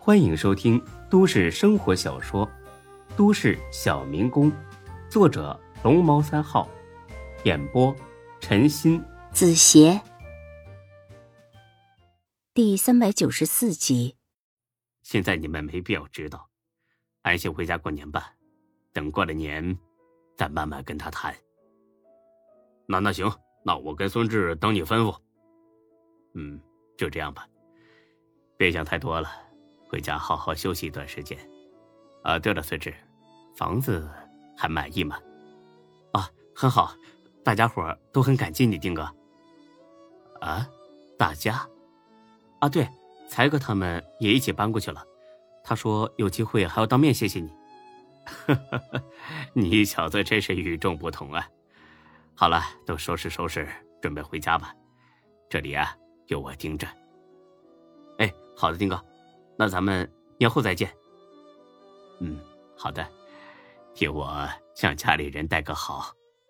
欢迎收听都市生活小说《都市小民工》，作者龙猫3号，演播陈鑫、 子邪，第394集。 现在你们没必要知道，安心回家过年吧，等过了年再慢慢跟他谈。那行，那我跟孙志等你吩咐。就这样吧，别想太多了，回家好好休息一段时间。对了，孙志，房子还满意吗？很好，大家伙都很感激你，丁哥。大家？对，才哥他们也一起搬过去了，他说有机会还要当面谢谢你。你小子真是与众不同啊。好了，都收拾收拾，准备回家吧，这里有我盯着。好的，丁哥，那咱们年后再见。好的，替我向家里人带个好。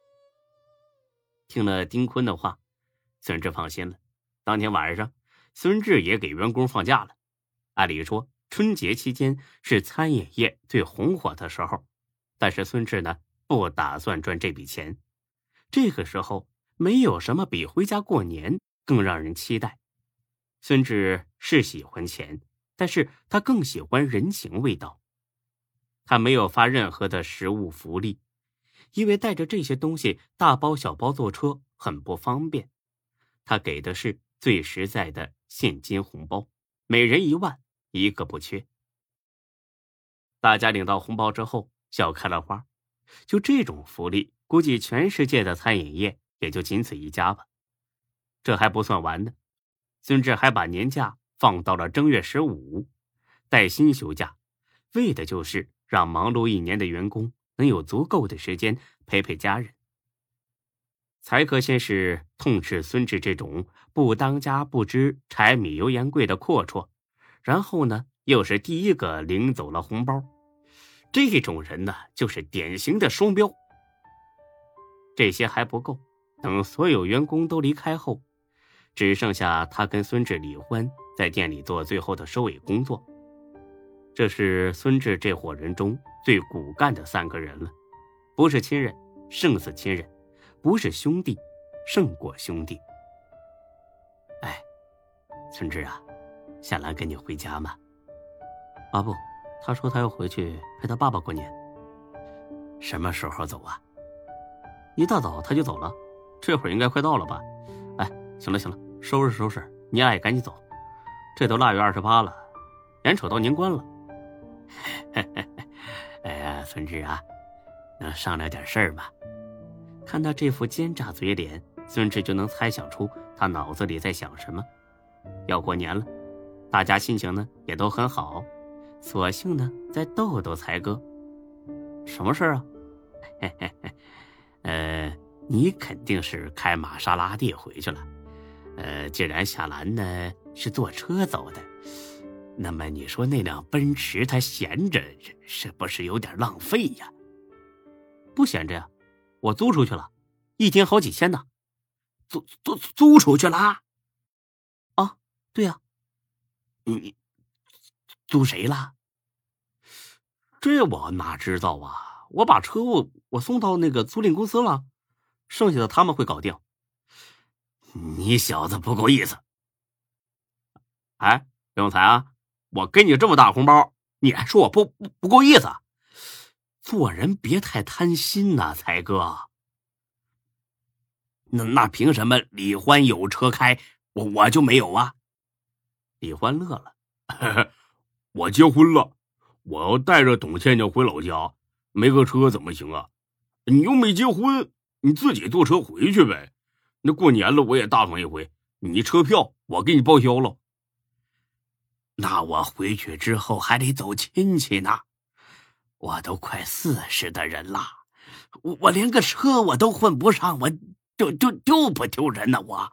听了丁坤的话，孙志放心了。当天晚上，孙志也给员工放假了。按理说，春节期间是餐饮业最红火的时候，但是孙志呢，不打算赚这笔钱。这个时候，没有什么比回家过年更让人期待。孙志是喜欢钱，但是他更喜欢人情味道。他没有发任何的实物福利，因为带着这些东西大包小包坐车很不方便。他给的是最实在的现金红包，每人1万，一个不缺。大家领到红包之后笑开了花，就这种福利，估计全世界的餐饮业也就仅此一家吧。这还不算完呢，孙志还把年假放到了正月15，带薪休假，为的就是让忙碌一年的员工能有足够的时间陪陪家人。才哥先是痛斥孙志这种不当家不知柴米油盐贵的阔绰，然后呢，又是第一个领走了红包。这种人呢，就是典型的双标。这些还不够，等所有员工都离开后，只剩下他跟孙志离婚，在店里做最后的收尾工作。这是孙志这伙人中最骨干的3个人了，不是亲人胜似亲人，不是兄弟胜过兄弟。孙志夏兰跟你回家吗？不，他说他要回去陪他爸爸过年。什么时候走啊？一大早他就走了，这会儿应该快到了吧。行了，收拾收拾，你也赶紧走，这都腊月28了，眼瞅到年关了。孙志能商量点事儿吗？看他这副奸诈嘴脸，孙志就能猜想出他脑子里在想什么。要过年了，大家心情呢也都很好，索性呢再逗逗才哥。什么事儿你肯定是开玛莎拉蒂回去了。既然夏兰呢是坐车走的，那么你说那辆奔驰它闲着是不是有点浪费呀？不闲着呀，我租出去了，一天好几千呢。租出去了？对呀。你租谁了？这我哪知道啊，我把车我送到那个租赁公司了，剩下的他们会搞定。你小子不够意思。刘永才我给你这么大红包，你还说我不够意思？做人别太贪心呐，才哥。那凭什么李欢有车开，我就没有啊？李欢乐了。我结婚了，我要带着董倩倩回老家，没个车怎么行啊？你又没结婚，你自己坐车回去呗。那过年了我也大方一回，你车票我给你报销了。那我回去之后还得走亲戚呢，我都快40的人了，我连个车我都混不上，我丢不丢人呢我？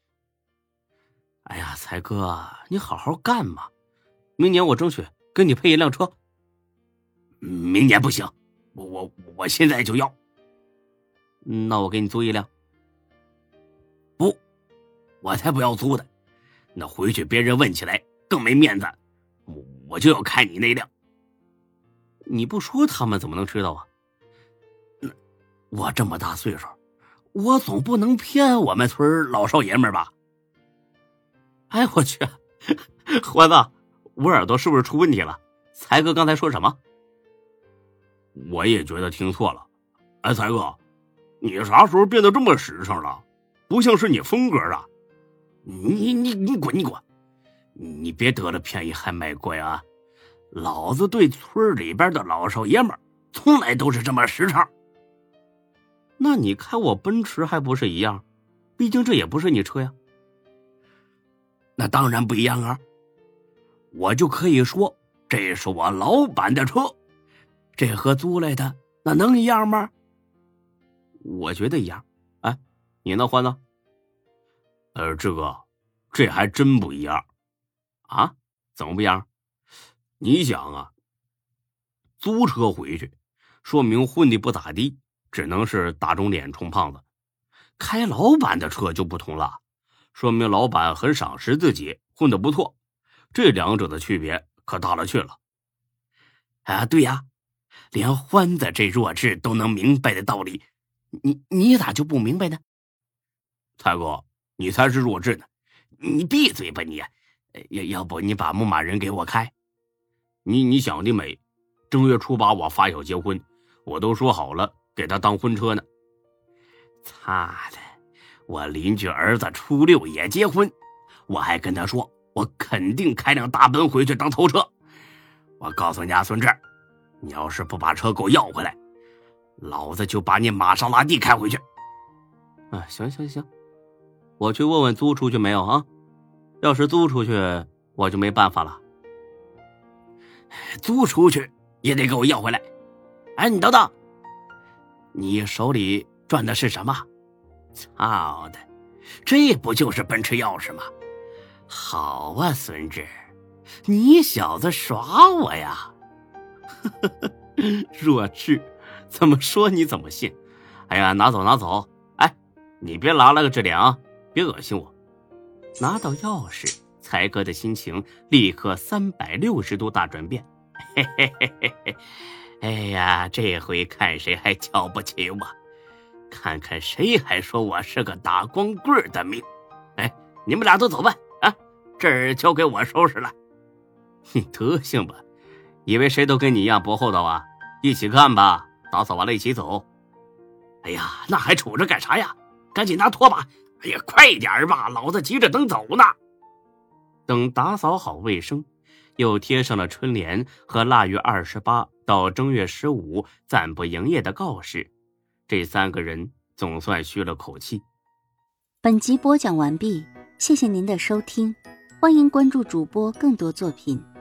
才哥，你好好干嘛，明年我争取给你配一辆车。明年不行，我现在就要。那我给你租一辆。不，我才不要租的，那回去别人问起来更没面子。 我就要开你那辆。 你不说他们怎么能知道啊？ 我这么大岁数，我总不能骗我们村老少爷们吧？ 哎，我去，欢子，我耳朵是不是出问题了？才哥刚才说什么？ 我也觉得听错了。哎，才哥，你啥时候变得这么实诚了？不像是你风格啊！你滚！你别得了便宜还卖乖啊！老子对村里边的老少爷们从来都是这么实诚。 那你开我奔驰还不是一样？毕竟这也不是你车呀。 那当然不一样啊！我就可以说这是我老板的车，这和租来的那能一样吗？ 我觉得一样。哎，你呢，欢子？ 这还真不一样啊？怎么不一样？ 你想啊，租车回去，说明混的不咋地，只能是打肿脸充胖子。开老板的车就不同了，说明老板很赏识自己，混得不错。这两者的区别可大了去了。啊，对呀，连欢子这弱智都能明白的道理，你咋就不明白呢？才哥，你才是弱智呢！你闭嘴吧你！要不你把牧马人给我开？你想的美，正月初8我发小结婚，我都说好了给他当婚车呢。擦的，我邻居儿子初6也结婚，我还跟他说我肯定开辆大奔回去当头车。我告诉你啊，孙志，你要是不把车给我要回来，老子就把你玛莎拉蒂开回去。 啊，行，我去问问租出去没有啊？要是租出去，我就没办法了。 租出去也得给我要回来。哎，你等等，你手里转的是什么？操的，这不就是奔驰钥匙吗？好啊，孙志，你小子耍我呀！ 弱智，怎么说你怎么信？哎呀，拿走！哎，你别拉了个这脸啊，别恶心我。拿到钥匙，才哥的心情立刻360度大转变。 嘿。哎呀，这回看谁还瞧不起我，看看谁还说我是个打光棍的命。哎，你们俩都走吧，啊，这儿交给我收拾了。 你德行吧，以为谁都跟你一样不厚道啊？一起干吧，打扫完了一起走。 哎呀，那还杵着干啥呀？赶紧拿拖把！哎呀，快点吧，老子急着等走呢。 等打扫好卫生，又贴上了春联和腊月28到正月15暂不营业的告示，这3个人总算吁了口气。 本集播讲完毕，谢谢您的收听，欢迎关注主播更多作品。